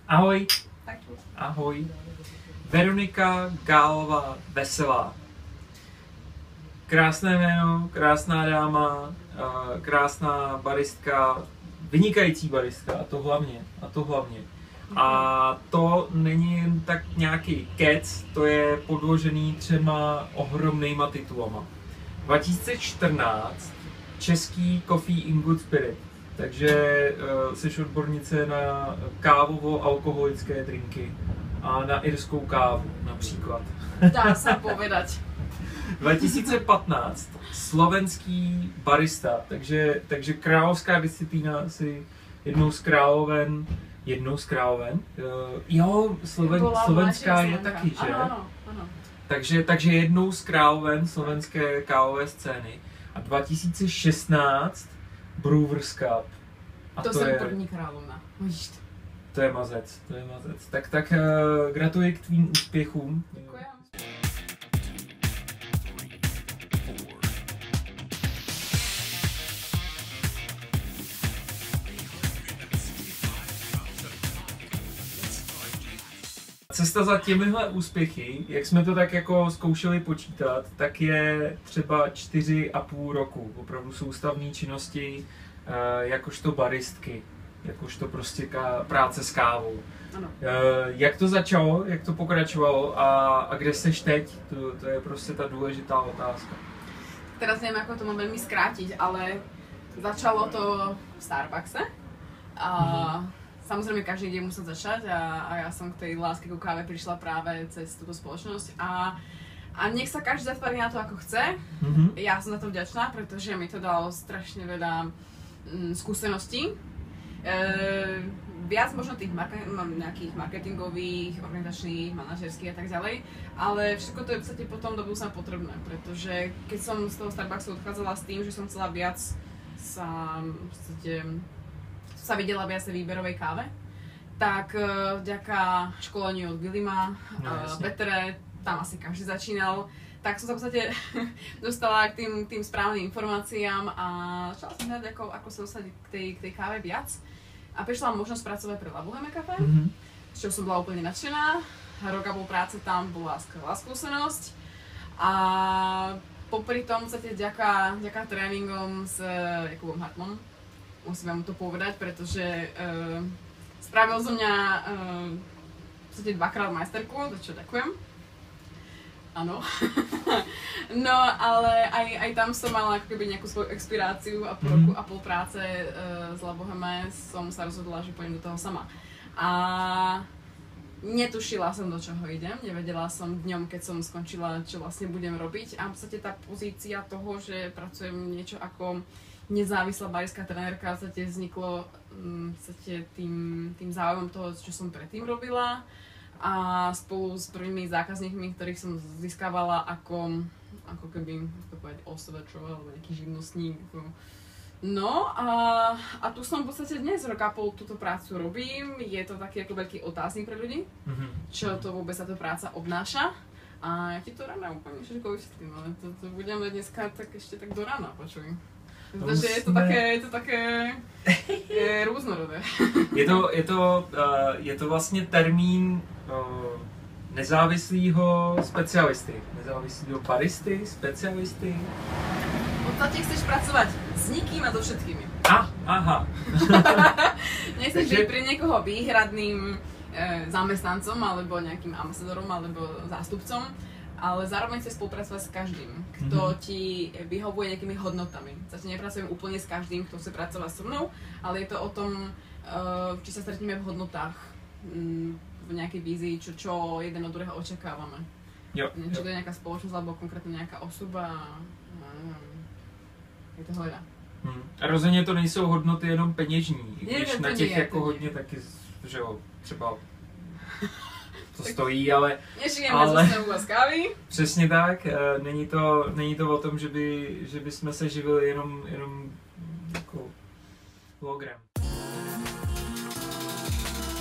Ahoj. Taky. Ahoj. Veronika Gálová Veselá. Krásné jméno, krásná dáma, krásná baristka, vynikající baristka, a to hlavně. A to není jen tak nějaký kec, to je podložený 3 ohromnýma titulama. 2014 český Coffee in Good Spirit, takže jsi odbornice na kávovo-alkoholické drinky a na irskou kávu například. Dá se povedať. 2015 slovenský barista, takže královská disciplína si jednou z královen, jo, slovenská je taky, že? Ano. Takže jednou z královen slovenské kávové scény. A 2016 Brewers Cup. A to jsem první královna. Vidíš to. To je mazec. Tak gratuluji k tvým úspěchům. Děkuji. Cesta za těmihle úspěchy, jak jsme to tak jako zkoušeli počítat, tak je třeba 4,5 roku opravdu soustavné činnosti, jakožto baristky, jakožto prostě práce s kávou. Ano. Jak to začalo, jak to pokračovalo a kde seš teď? To je prostě ta důležitá otázka. Teraz neviem, ako to mám veľmi skrátiť, ale začalo to v Starbuckse. Samozrejme, každý deň musel začať a ja som k tej láske ku káve prišla práve cez túto spoločnosť a nech sa každý zatvári na to, ako chce. Ja som za to vďačná, pretože mi to dalo strašne veľa skúseností. Viac možno tých nejakých marketingových, organizačných, manažerských a tak ďalej, ale všetko to je v podstate potom do budúcna potrebné, pretože keď som z toho Starbucksu odchádzala s tým, že som chcela viac sa videla viac v výberovej káve, tak vďaka školeniu od Willima, Petre, tam asi každý začínal, tak som sa v podstate dostala k tým správnym informáciám a začala som hľadať, ako sa dostať k tej káve viac. A prišla možnosť pracovať pre La Bohème Café, z čoho som bola úplne nadšená. Rok a pol práce tam bola skvelá skúsenosť. A popri tom v podstate vďaka tréningom s Jakubom Hartmanom, musím vám to povedať, pretože spravil zo mňa v podstate 2-krát majsterku, za čo ďakujem. Áno. No, ale aj tam som mala ako keby nejakú svoju inšpiráciu a po roku a pol práce s La Bohème som sa rozhodla, že pôjdem do toho sama. A netušila som, do čoho idem, nevedela som dňom, keď som skončila, čo vlastne budem robiť. A v podstate tá pozícia toho, že pracujem niečo ako nezávislá baristská trenérka, v podstate vzniklo v podstate tým záujmom toho, čo som predtým robila. A spolu s prvými zákazníkmi, ktorých som získavala ako keby, ako povedať, OSVČ alebo nejaký živnostník. No a tu som v podstate dnes, rok a pol túto prácu robím. Je to taký ako veľký otáznik pre ľudí, čo to vôbec táto práca obnáša. A ja ti to ráno úplne všetko vysvetlím, ale to budeme dneska tak ešte tak do rána, počuj. Takže je to také různorodé. Je to vlastně termín nezávislého specialisty, nezávislého baristy, specialisty. V podstate chceš pracovať s nikým a so všetkými. Aha. Nechceš byť pre niekoho výhradným zamestnancom, alebo nejakým ambasadorom, alebo zástupcom, ale zároveň chceš spolupracovať s každým, kto ti vyhovuje nejakými hodnotami. Zase nepracujem úplne s každým, kto chce pracovať so mnou, ale je to o tom, či sa stretneme v hodnotách, v nejakej vízii, čo jeden od druhého očakávame. Či to je nejaká spoločnosť, alebo konkrétne nejaká osoba, je to hledá. A rozhodně to nejsou hodnoty jenom peněžní, když na těch jako to hodně taky, že jo, třeba to stojí, ale... Nešijeme zo snehu a z kávy. Přesně tak, není to o tom, že by jsme se živili jenom jako hologram.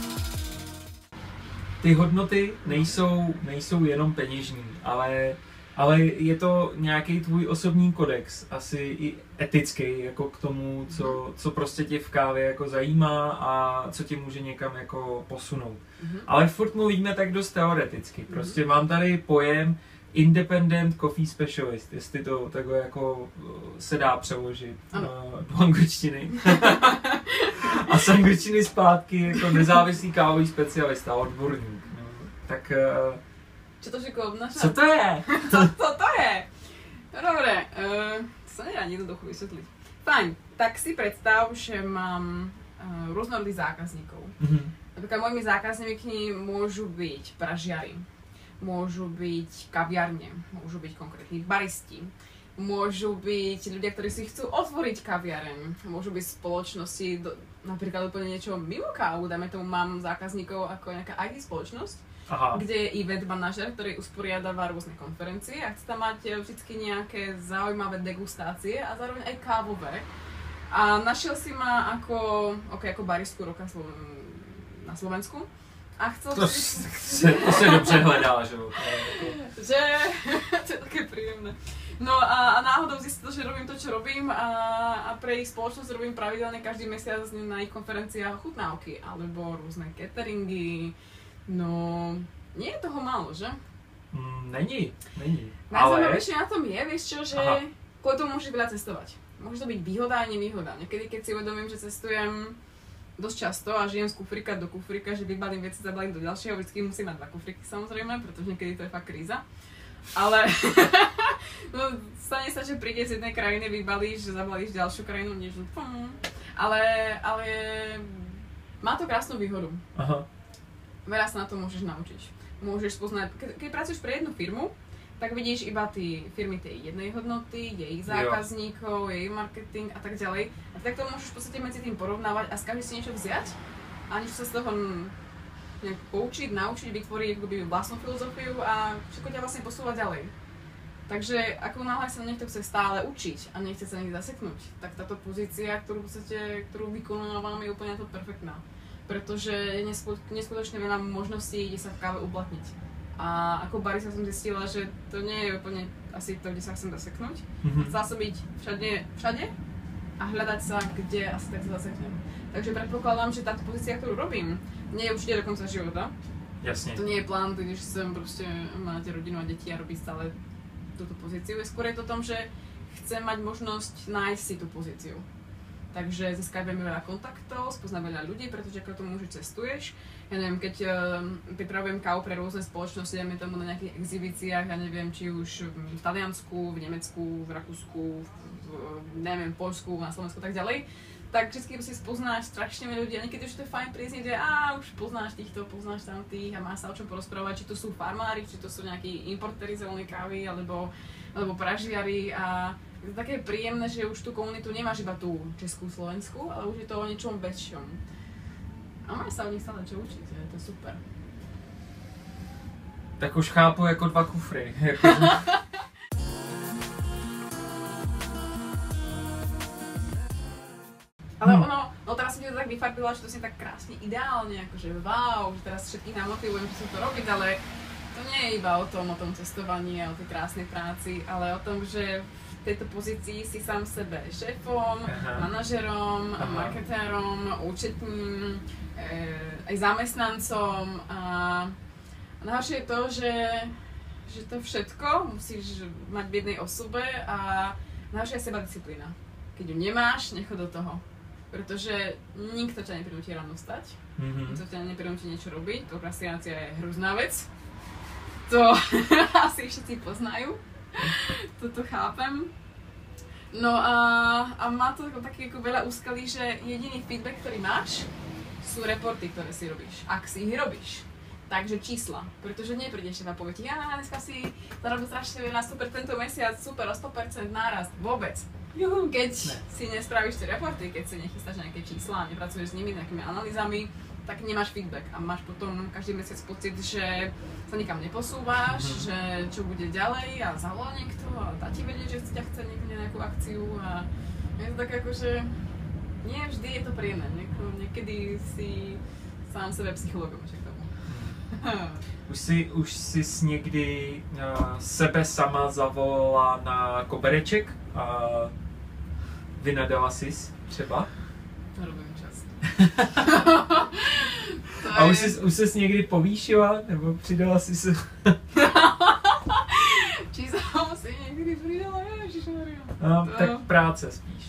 Ty hodnoty nejsou jenom peněžní, ale Ale je to nějaký tvůj osobní kodex, asi i etický, jako k tomu, co prostě tě v kávě jako zajímá a co tě může někam jako posunout. Ale furt mluvíme tak dost teoreticky. Prostě mám tady pojem Independent Coffee Specialist, jestli to takhle jako se dá přeložit do angličtiny. A z angličtiny zpátky jako nezávislý kávový specialista, odborník. No. Tak... Čo to všetko obnáša? Co to je? Co to je? No dobré, to sa nedá jednoducho vysvetliť. Fajn, tak si predstav, že mám rôznorodých zákazníkov. Napríklad mojimi zákazníkmi môžu byť pražiari, môžu byť kaviarne, môžu byť konkrétni baristi, môžu byť ľudia, ktorí si chcú otvoriť kaviareň, môžu byť spoločnosti, napríklad úplne niečo mimo kávu, dajme tomu mám zákazníkov ako nejaká IT spoločnosť, kde je event manažer, ktorý usporiadáva rôzne konferencie a chce tam mať vždy nejaké zaujímavé degustácie a zároveň aj kávové. A našiel si ma ako baristku roka na Slovensku a chcel to se dobře hledá, že? Že to je také príjemné. No a náhodou zistil, že robím to, čo robím a pre ich spoločnosť robím pravidelne každý mesiac na ich konferenciách chutnávky alebo rôzne cateringy. No, nie je toho málo, že? Není. Najzaujímavejšie na tom je, vieš čo, že kvôli tomu môžeš veľa cestovať. Môže to byť výhoda a nevýhoda. Niekedy, keď si uvedomím, že cestujem dosť často a žijem z kufrika do kufrika, že vybalím veci, zabalím do ďalšieho, vždycky musím mať 2 kufriky samozrejme, pretože niekedy to je fakt kríza. Ale no, stane sa, že príde z jednej krajiny, vybalíš, zabalíš ďalšiu krajinu, niečo. Ale má to krásnu výhodu. Veľa sa na to môžeš naučiť. Môžeš spoznať, keď pracuješ pre jednu firmu, tak vidíš iba tie firmy tej jednej hodnoty, jej zákazníkov, jej marketing a tak ďalej. A tak to môžeš v podstate medzi tým porovnávať a z každej si niečo vziať a niečo sa z toho nejak poučiť, naučiť, vytvoriť akoby vlastnú filozofiu a všetko ťa vlastne posúva ďalej. Takže ako náhle sa niekto chce stále učiť a nechce sa niekde zaseknúť, tak táto pozícia, ktorú vykonávam, je úplne to perfektná. Pretože je neskutočne veľa možností, kde sa v káve uplatniť. A ako barista som zistila, že to nie je úplne asi to, kde sa chcem zaseknúť. Chcela som byť všade a hľadať sa, kde asi tak sa zaseknem. Takže predpokladám, že táto pozícia, ktorú robím, nie je určite do konca života. Jasne. To nie je plán, když chcem proste mať rodinu a deti a robiť stále túto pozíciu. Skôr je to o tom, že chcem mať možnosť nájsť si tú pozíciu. Takže získávame veľa kontaktov, spoznám veľa ľudí, pretože ako tomu už cestuješ. Ja neviem, keď pripravujem kávu pre rôzne spoločnosti, dajme tomu na nejakých exhibíciách, ja neviem, či už v Taliansku, v Nemecku, v Rakúsku, neviem, v Poľsku, na Slovensku a tak ďalej, tak vždycky si spoznáš strašne veľa ľudí a niekedy už to je fajn prísť niekde, už poznáš týchto, poznáš tamtých a máš sa o čom porozprávať, či to sú farmári, či to sú nejakí importéri zelenej kávy, alebo pražiari a je to také príjemné, že už tú komunitu nemáš iba tú českú, slovenskú, ale už je to o niečom väčšom. A máš sa od nich stále čo učiť, je to super. Tak už chápu jako 2 kufry. Ale no teraz som ti to tak vyfarbila, že to si tak krásne ideálne, akože wow, že teraz všetkých namotivujem, že som to robiť, ale to nie je iba o tom cestovaní a o tej krásnej práci, ale o tom, že v tejto pozícii si sám sebe šéfom, manažerom, marketérom, účetním, aj zamestnancom a najhoršie je to, že to všetko musíš mať v jednej osobe a najhoršia je sebadisciplína. Keď ju nemáš, nechod do toho. Pretože nikto ťa neprinúti ráno vstať, nikto ťa neprinúti niečo robiť, prokrastinácia je hrozná vec. To asi všetci poznajú. Toto chápem. No a má to taký ako veľa úskalí, že jediný feedback, ktorý máš, sú reporty, ktoré si robíš, ak si ich robíš. Takže čísla, pretože neprídeš iba povedať, dneska si zarobil strašne veľa, super tento mesiac, super o 100% nárast, vôbec. Keď si nespravíš tie reporty, keď si nechystáš nejaké čísla a nepracuješ s nimi, nejakými analýzami, tak nemáš feedback a máš potom každý mesiac pocit, že sa nikam neposúvaš, že čo bude ďalej a zavolá niekto a dá ti vedieť, že ťa chce niekto nejakú akciu a je to tak ako, že nie vždy je to príjemné, niekedy si sám sebe psychologom k tomu. Už jsi někdy sebe sama zavolala na kobereček a vynadala jsi třeba? To robím často. A už jsi někdy povýšila, nebo přidala jsi se? Či jsem si někdy přidala, ježišmarja. No, tak práce spíš.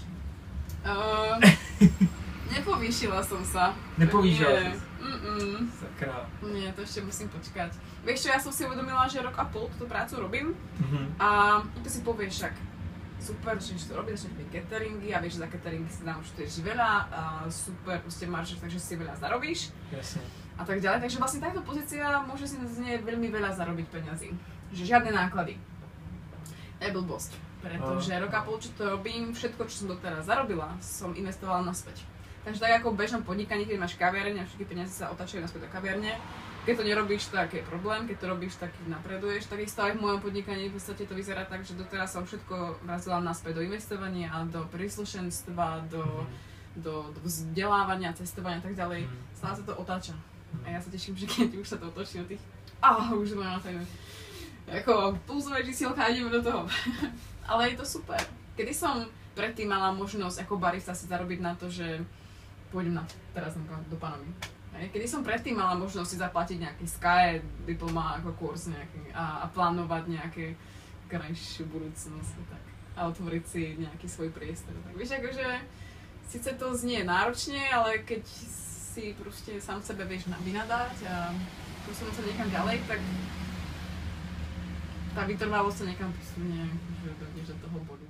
Nepovýšila som sa. Nepovýšila Nie. si? Sakra. Nie, to ešte musím počkať. Vieš čo, ja som si uvedomila, že rok a pol túto prácu robím a to si povieš však super, že to robíš, začneš robiť cateringy a vieš, že za cateringy si naučíš veľa a super, proste máš, takže si veľa zarobíš. Jasne. A tak ďalej, takže vlastne táto pozícia môže si z nej veľmi veľa zarobiť peňazí. Že žiadne náklady. Je blbosť, pretože rok a pol, čo to robím, všetko, čo som doteraz zarobila, som investovala naspäť. Takže tak ako v bežnom podnikaní, keď máš kaviareň a všetky peniaze sa otačajú naspäť do kaviarne, keď to nerobíš, tak je problém, keď to robíš, tak napreduješ. Takisto aj v mojom podnikaní v podstate to vyzerá tak, že doteraz som všetko vrazila naspäť do investovania, do príslušenstva, do vzdelávania, cestovania a tak ďalej. Stále sa to otáča. A ja sa teším, že keď už sa to otočí do tých... už mám tak... Ako pulzové čísielka a ideme do toho. Ale je to super. Kedy som predtým mala možnosť ako barista si zarobiť na to, že pôjdem teraz do Panamy. Kedy som predtým mala možnosť si zaplatiť nejaký Sky diploma ako kurz nejaký a plánovať nejaké krajšiu budúcnosť tak, a otvoriť si nejaký svoj priestor. Tak vieš, akože síce to znie náročne, ale keď si proste sám sebe vieš vynadať a posunúť sa niekam ďalej, tak tá vytrvalosť sa niekam posunie, že dojdeš do toho bodu.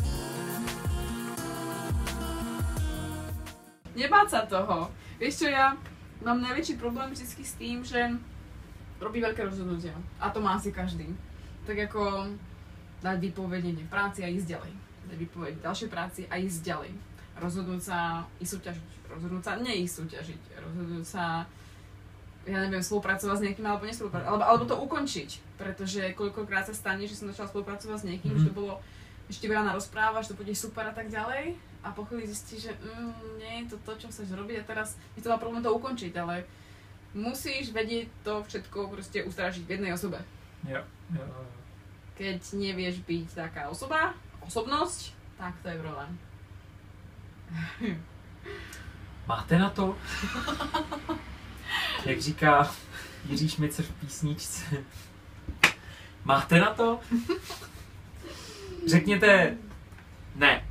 Nebáť sa toho. Vieš čo, ja mám najväčší problém vždycky s tým, že robí veľké rozhodnutia. A to má asi každý. Tak ako dať vypovedenie v práci a ísť ďalej. Dať vypovedenie v ďalšej práci a ísť ďalej. Rozhodnúť sa ísť súťažiť. Rozhodnúť sa neísť súťažiť. Rozhodnúť sa, ja neviem, spolupracovať s niekým alebo nespolupracovať. Alebo to ukončiť. Pretože koľkokrát sa stane, že som začala spolupracovať s niekým, že to bolo ešte veľa na rozprávaš, to bude super a tak ďalej. A po chvíli zistíš, že nie je to to, čo chceš robiť a teraz je to má problém to ukončiť, ale musíš vedieť to všetko proste ustrážiť v jednej osobe. Jo. Keď nevieš byť taká osobnosť, tak to je problém. Máte na to? Jak říká Jiří Šmicer v písničce. Máte na to? Řekněte ne.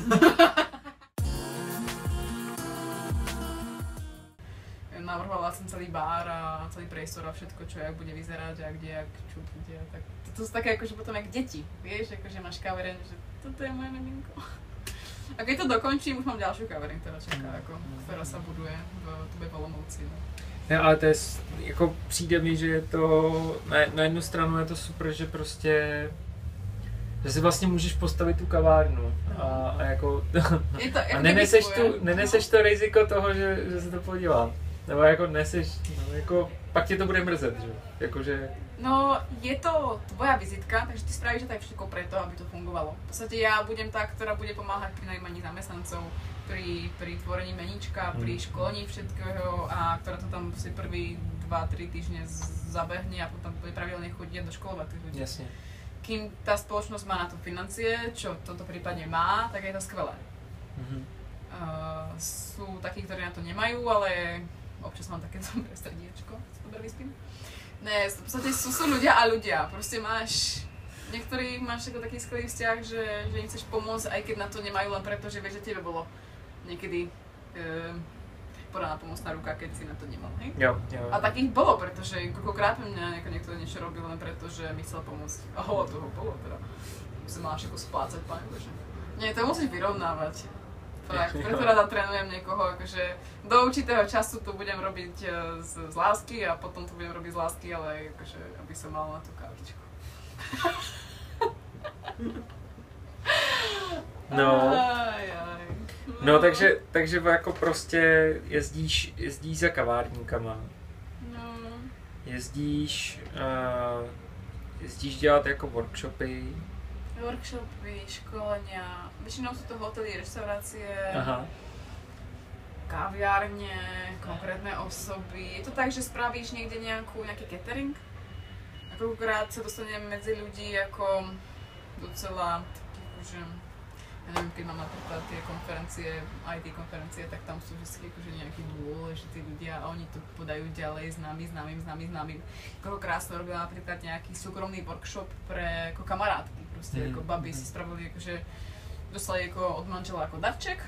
Navrhovala som celý bar a celý priestor a všetko, čo jak bude vyzerať a kde, jak, čo bude. Tak to sú také akože potom jak deti, vieš, akože máš kaviareň, že toto je moje nevinko. A keď to dokončím, už mám ďalšiu kaviareň, ktorá čaká, ako, ktorá sa buduje v Tube Olomouci. Ne, ale to je, jako přijde mi, že je to, na jednu stranu je to super, že prostě, že si vlastně můžeš postavit tu kavárnu a jako, a neneseš to riziko toho, že se to podělá. Nebo jako neseš, no jako, pak tě to bude mrzet, že? Jakože... No, je to tvoja vizitka, takže ty spravíš to tak všetko preto, aby to fungovalo. V podstate ja budem tá, ktorá bude pomáhať pri najímaní zamestnancov, pri tvorení meníčka, pri školení všetkého a ktorá to tam si prvý 2-3 týždne zabehne a potom bude pravidelne chodiť do školovať tých ľudí. Jasne. Kým tá spoločnosť má na to financie, čo v tomto prípade má, tak je to skvelé. Sú takí, ktorí na to nemajú, ale občas mám také dobré srdiečko, si dobre vyspím. Ne, v podstate sú ľudia a ľudia. Proste máš, niektorí máš ako taký skvelý vzťah, že im chceš pomôcť, aj keď na to nemajú len preto, že vieš, že tebe bolo niekedy podaná pomocná ruka, keď si na to nemal, hej? Jo. A takých bolo, pretože koľkokrát mňa niekto niečo robil len preto, že mi chcel pomôcť. A toho bolo teda. Som mala všetko splácať, Pane Bože. Nie, to musíš vyrovnávať. Fakt, preto rada trénujem niekoho, akože do určitého času to budem robiť z lásky a potom to budem robiť z lásky, ale akože, aby som mal na tú kávičku. No, takže jako prostě jezdíš za kavárníkama. No. Jezdíš dělat jako workshopy. Workshopy, školenia, väčšinou sú to hotely, reštaurácie. Aha. kaviárne, konkrétne osoby. Je to tak, že spravíš niekde nejaký catering? Akokrát sa dostanem medzi ľudí ako docela akože, ja neviem, keď mám napríklad tie konferencie, IT konferencie, tak tam sú vždy akože nejakí dôležití ľudia a oni to podajú ďalej známym. Koľkokrát som robila napríklad nejaký súkromný workshop pre ako kamarátky, proste ako baby si spravili akože dostali ako od manžela ako darček,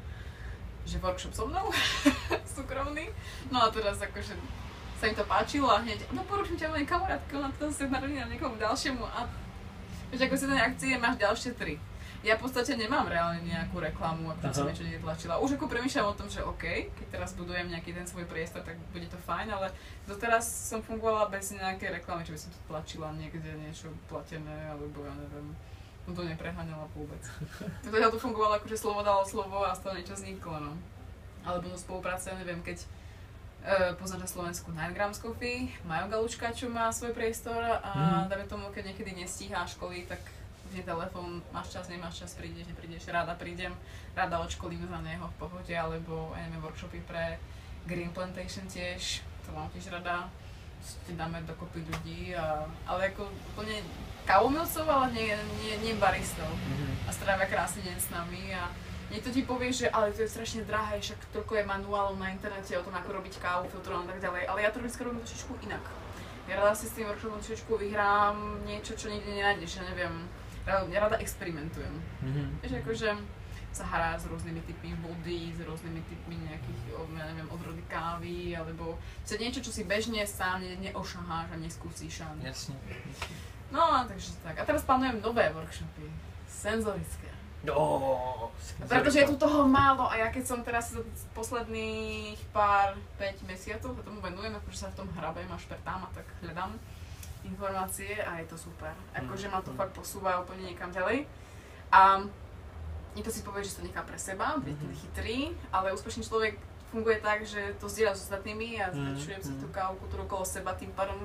že workshop so mnou, súkromný, no a teraz akože sa im to páčilo a hneď, no poručím ťa mojej kamarátke, ona to sa narodí na niekomu ďalšiemu a vieš, ako si ten akcie máš ďalšie 3. Ja v podstate nemám reálne nejakú reklamu, ako som niečo netlačila. Už ako premýšľam o tom, že OK, keď teraz budujem nejaký ten svoj priestor, tak bude to fajn, ale doteraz som fungovala bez nejakej reklamy, že by som to tlačila niekde niečo platené, alebo ja neviem, to nepreháňala vôbec. Teda to fungovalo akože slovo dalo slovo a z toho niečo vzniklo, no. Alebo do spolupráce, ja neviem, keď poznám na Slovensku 9grams Coffee, Majo Galučka, čo má svoj priestor a dáme tomu, keď niekedy nestíhá školy, tak vždy telefón, máš čas, nemáš čas, prídeš, neprídeš, ráda prídem, ráda odškolím za neho v pohode, alebo ja neviem, workshopy pre Green Plantation tiež, to mám tiež rada, dáme dokopy ľudí, ale ako úplne kávomilcov, ale nie baristov a strávia krásny deň s nami a niekto ti povie, že ale to je strašne drahé, však toľko je manuálov na internete o tom, ako robiť kávu, filtrovať a tak ďalej, ale ja to vždy robím trošičku inak. Ja rada si s tým workshopom trošičku vyhrám niečo, čo nikde nenájdeš, ja neviem, ja rada experimentujem. Vieš, akože sa hrá s rôznymi typmi vody, s rôznymi typmi nejakých, ja neviem, odrody kávy, alebo niečo, čo si bežne sám neošaháš a neskúsiš. Jasne. No, takže tak. A teraz plánujem nové workshopy, senzorické. No, pretože je tu toho málo a ja keď som teraz posledných 5 mesiacov tomu venujem, akože sa v tom hrabem a špertám a tak hľadám informácie a je to super. Akože ma to fakt posúva úplne niekam ďalej. A niekto si povie, že sa nechá pre seba, byť chytrý, ale úspešný človek funguje tak, že to zdieľa s ostatnými a zväčšujem si tú kávu kultúru okolo seba, tým pádom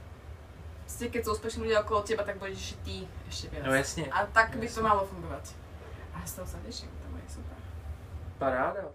keď sú úspešní ľudia okolo teba, tak budeš ty ešte viac. No jasne. A tak by to malo fungovať. A z toho sa teším, to bude super. Paráda.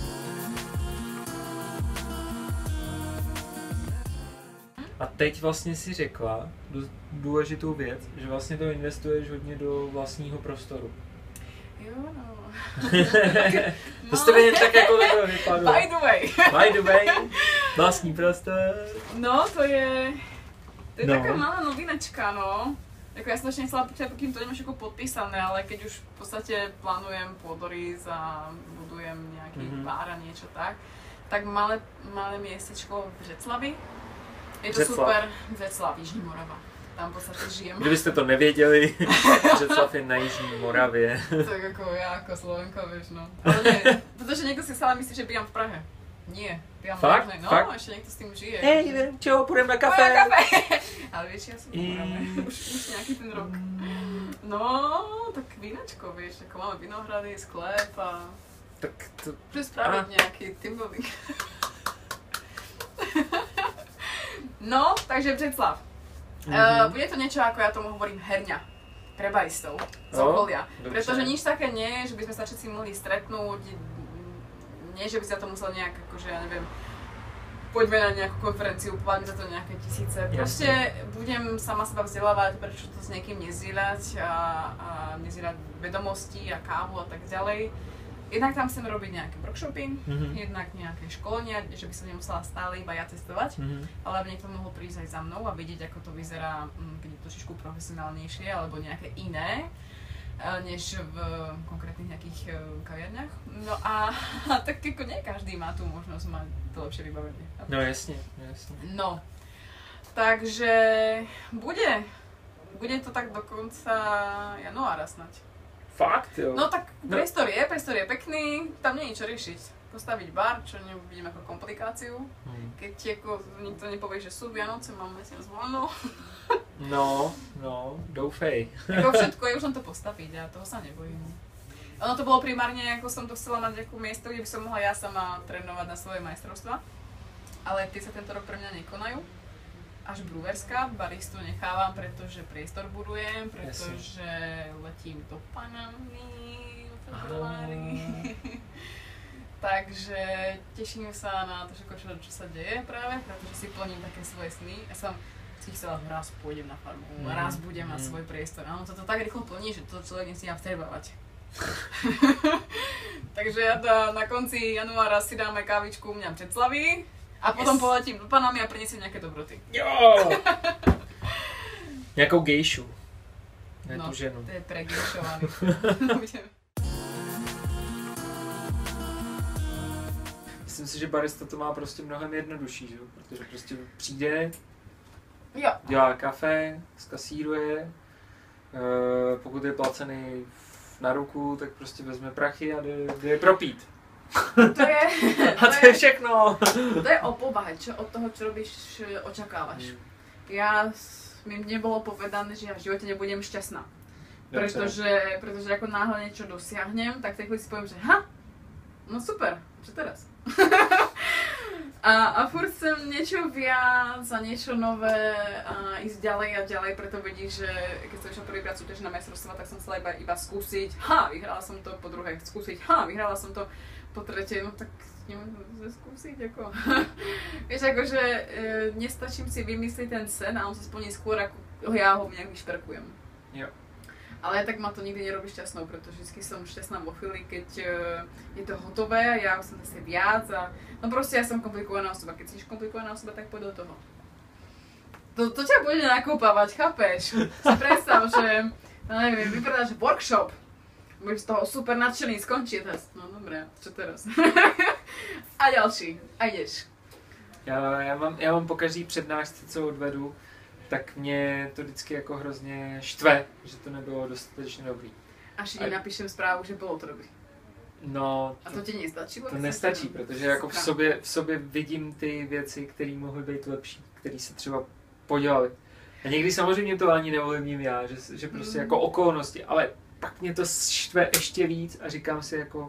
A teď vlastně si řekla důležitou věc, že vlastně to investuješ hodně do vlastního prostoru. Jo, no. To jste jen tak jako to vypadlo. By the way, vlastní prostor. No, to je taká malá novinačka, no. Jako ja som ešte nechcela počítať, pokým to nemáš ako podpísané, ale keď už v podstate plánujem pôdorys a budujem nejaký pár a niečo tak malé miestečko v Břeclavi. Je to super, Břeclav, Jižní Morava. Tam v podstate žijem. Kdybyste to nevěděli, Břeclav je na Jižní Moravě. Tak ako ja, ako Slovenka, vieš, no. Ale nie, pretože niekto si stále myslí, že bývam v Prahe. Nie, bývam v Prahe, no, fakt? ešte niekto s tým žije. Hej, čo, pôjdem na kafe? Ale vieš, ja som v Morave, už nejaký ten rok. No, tak vínačko, vieš, ako máme vinohrady, sklep a... Tak to... Chcem spraviť nejaký team building. No, takže Břeclav. Bude to niečo, ako ja tomu hovorím, herňa pre baristov z okolia. Pretože nič také nie, že by sme sa všetci mohli stretnúť, nie, že by sa to musel nejak, akože ja neviem, poďme na nejakú konferenciu, platíme za to nejaké tisíce. Proste budem sama seba vzdelávať, prečo to s niekým nezdieľať a nezdieľať vedomosti a kávu a tak ďalej. Jednak tam chcem robiť nejaké workshopy, jednak nejaké školenia, že by som nemusela stále iba ja cestovať, ale aby niekto mohol prísť aj za mnou a vidieť, ako to vyzerá, keď je trošičku profesionálnejšie alebo nejaké iné, než v konkrétnych nejakých kaviarniach. No a tak ako nie každý má tú možnosť mať to lepšie vybavenie. No jasne. No, takže bude to tak do konca januára snať. Fakt, jo? No tak priestor je pekný, tam nie je čo riešiť. Postaviť bar, čo nevidím ako komplikáciu. Keď ti ako nikto nepovie, že sú Vianoce, mám mesiac voľno. No, doufej. Ako všetko je už len to postaviť a toho sa nebojím. Ono to bolo primárne, ako som to chcela mať nejakú miesto, kde by som mohla ja sama trénovať na svoje majstrovstvá. Ale tie sa tento rok pre mňa nekonajú. Až brúverská, baristu nechávam, pretože priestor budujem, pretože letím do Panamy v februári. Takže teším sa na to, čo sa deje práve, pretože si plním také svoje sny. Ja som si chcela, raz pôjdem na farmu, raz budem mať svoj priestor. Áno, toto tak rýchlo plní, že to človek nestíha vtrebávať. Takže ja na konci januára si dáme kávičku u mňa v Břeclavi a potom poletím do Panamy a prinesiem nejaké dobroty. Jo! Nějakou gejšu. Ne No, tu ženu. to je pregejšovaný. Myslím si, že barista to má prostě mnohem jednodušší, že? Protože prostě přijde, Jo. dělá kafe, skasíruje, pokud je placený na ruku, tak prostě vezme prachy a jde je propít. A to je všechno. To je o povahe, čo od toho, čo robíš, očakávaš. Mi nebolo povedané, že ja v živote nebudem šťastná. Pretože ako náhle niečo dosiahnem, tak tak si poviem, že no super, čo teraz? a furt chcem niečo viac a niečo nové a ísť ďalej a ďalej, preto vidíš, že keď som išla prvýkrát súťaž na majstrovstvá, tak som chcela iba skúsiť, vyhrala som to, po druhé skúsiť, vyhrala som to, po tretie, no tak nemôžem skúsiť, ako. Vieš, akože nestačím si vymyslieť ten sen a on sa splní skôr, ako ja ho nejak vyšperkujem. Jo. Ale tak ma to nikdy nerobí šťastnou, pretože vždy som šťastná vo chvíli, keď je to hotové, ja som zase viac a no proste ja som komplikovaná osoba, keď si komplikovaná osoba, tak poď do toho. To ťa bude nakúpavať, chápeš? Si predstav, že, no neviem, vypredáš workshop, budeš z toho super nadšený, skončí test. No dobré, čo teraz? A ďalší, a ideš. Já mám po každý přednášce, co odvedu, tak mě to vždycky jako hrozně štve, že to nebylo dostatečně dobrý. Až ti napíšem zprávu, že bylo to dobrý. No, a to ti nestačí? To nestačí, protože jako v sobě vidím ty věci, které mohly být lepší, které se třeba podělaly. A někdy samozřejmě to ani neovlivním já, že prostě jako okolnosti, ale pak mě to štve ještě víc a říkám si jako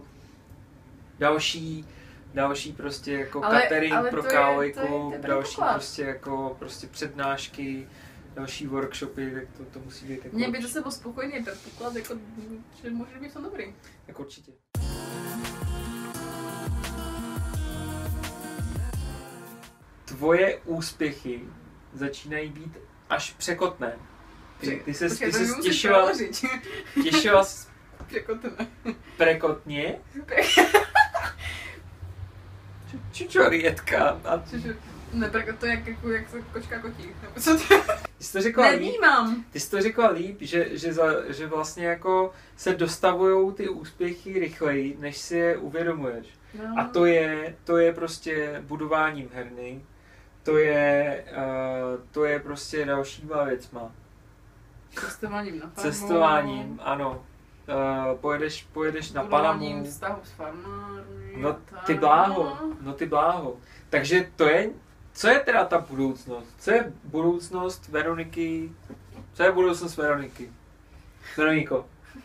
další prostě jako catering pro kávojku, další prostě přednášky, další workshopy, tak to musí být jako... Mně by to se byl spokojný předpoklad, jako, že může být to dobrý. Tak určitě. Tvoje úspěchy začínají být až překotné. Ty se těšila prekotně? Čučorietka. Ne, to je jak se kočka kotí. Ty jsi to řekla Nevnímám. Ty jsi to řekla líp, že vlastně jako se dostavujou ty úspěchy rychleji, než si je uvědomuješ. No. A to je prostě budováním herny. To je prostě dalšíma věcma. Cestováním na farmu. Cestováním, ano. Pojedeš na Panamu. Vztahu s farmáři. No ty bláho. Takže co je teda ta budoucnost? Co je budoucnost Veroniky? Veroniko.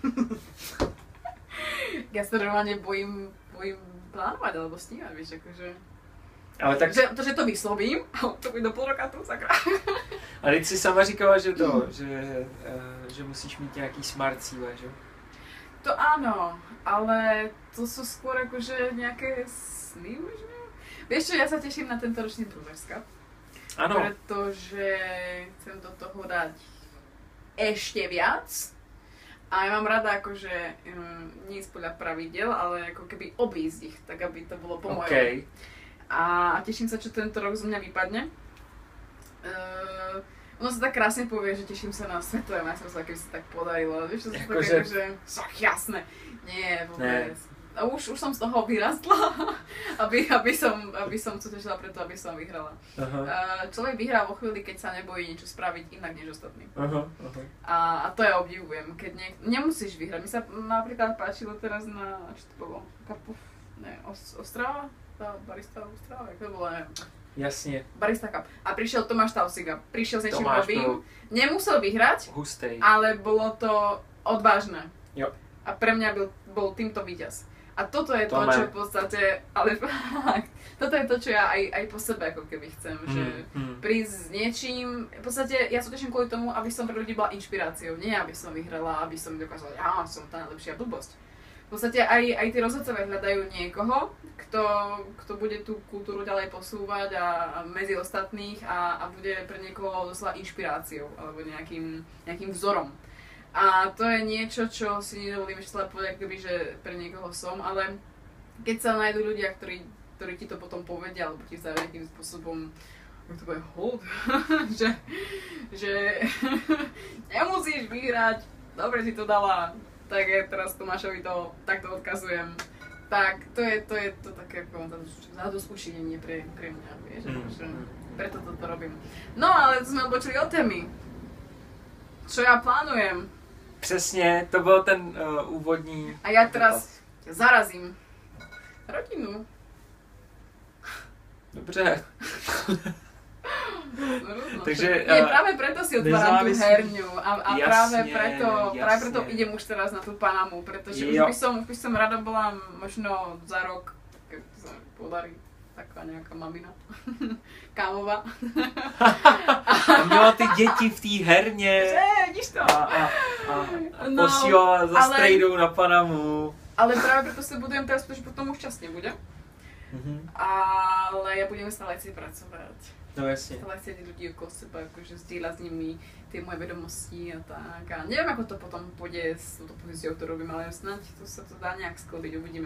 Já se normálně bojím plánovat, alebo snívat, víš, jakože... Ale tak... Že to vyslovím, to bude do půl roka tu, sakra. A teď si sama říkala, že musíš mít nějaký smart cíle, že? To áno, ale to sú skôr akože nejaké sny možno. Vieš čo, ja sa teším na tento ročný Brewers Cup. Áno. Pretože chcem do toho dať ešte viac. A ja mám rada akože nie podľa pravidel, ale ako keby obísť ich, tak aby to bolo po mojom. A teším sa, čo tento rok zo mňa vypadne. Ono sa tak krásne povie, že teším sa na svetové majstrovstvá, keby sa tak podarilo. Vieš, to sa tak akože... Jasné. Nie, vôbec. A už som z toho vyrastla, aby som súťažila preto, aby som vyhrala. Človek vyhrá vo chvíli, keď sa nebojí niečo spraviť inak než ostatní. A to ja obdivujem, keď nemusíš vyhrať. Mi sa napríklad páčilo teraz na, čo to bolo? Ostrava? Tá barista Ostrava, jak to bolo, neviem. Jasně. Barista Cup. A prišiel Tomáš Tausiga. Prišiel s niečím novým. Nemusel vyhrať, ale bolo to odvážne. Jo. A pre mňa bol týmto víťaz. A toto je to, čo v podstate, ale fakt, toto je to, čo ja aj po sebe ako keby chcem, že prísť s niečím, v podstate ja sa teším kvôli tomu, aby som pre ľudí bola inšpiráciou, nie aby som vyhrala, aby som dokázala, ja som tá najlepšia blbosť. podstate aj tí rozhodcovia hľadajú niekoho, kto bude tú kultúru ďalej posúvať a medzi ostatných a bude pre niekoho doslova inšpiráciou alebo nejakým vzorom. A to je niečo, čo si nedovolím ešte povedať, že pre niekoho som, ale keď sa nájdú ľudia, ktorí ti to potom povedia alebo ti vzajú nejakým spôsobom to bude hold, že nemusíš vyhrať, dobre si to dala, tak ja teraz Tomášovi to takto odkazujem. Tak to je to také zadosť učinenie pre mňa, vieš, že preto toto robím. No ale sme odbočili od témy. Čo ja plánujem? Přesně, to byl ten úvodní... A ja teraz zarazím rodinu. Dobře. No, takže nie, práve preto si otváram tú herňu a práve preto idem už teraz na tú Panamu, pretože už by som rada bola možno za rok, keď sa podarí taká nejaká mamina, kámová. A měla ty děti v té herně vidíš to? a posílala za strejdou na Panamu. Ale práve preto si budujem teraz, pretože potom už čas nebude. Ale ja budem stále chcieť pracovať. No jasne. Stále chcieť ľudí okolo seba, akože zdieľať s nimi tie moje vedomosti a tak. A neviem, ako to potom pôjde s touto pozíciou, ktorú robím, ale snáď to sa to dá nejak sklbiť, uvidíme.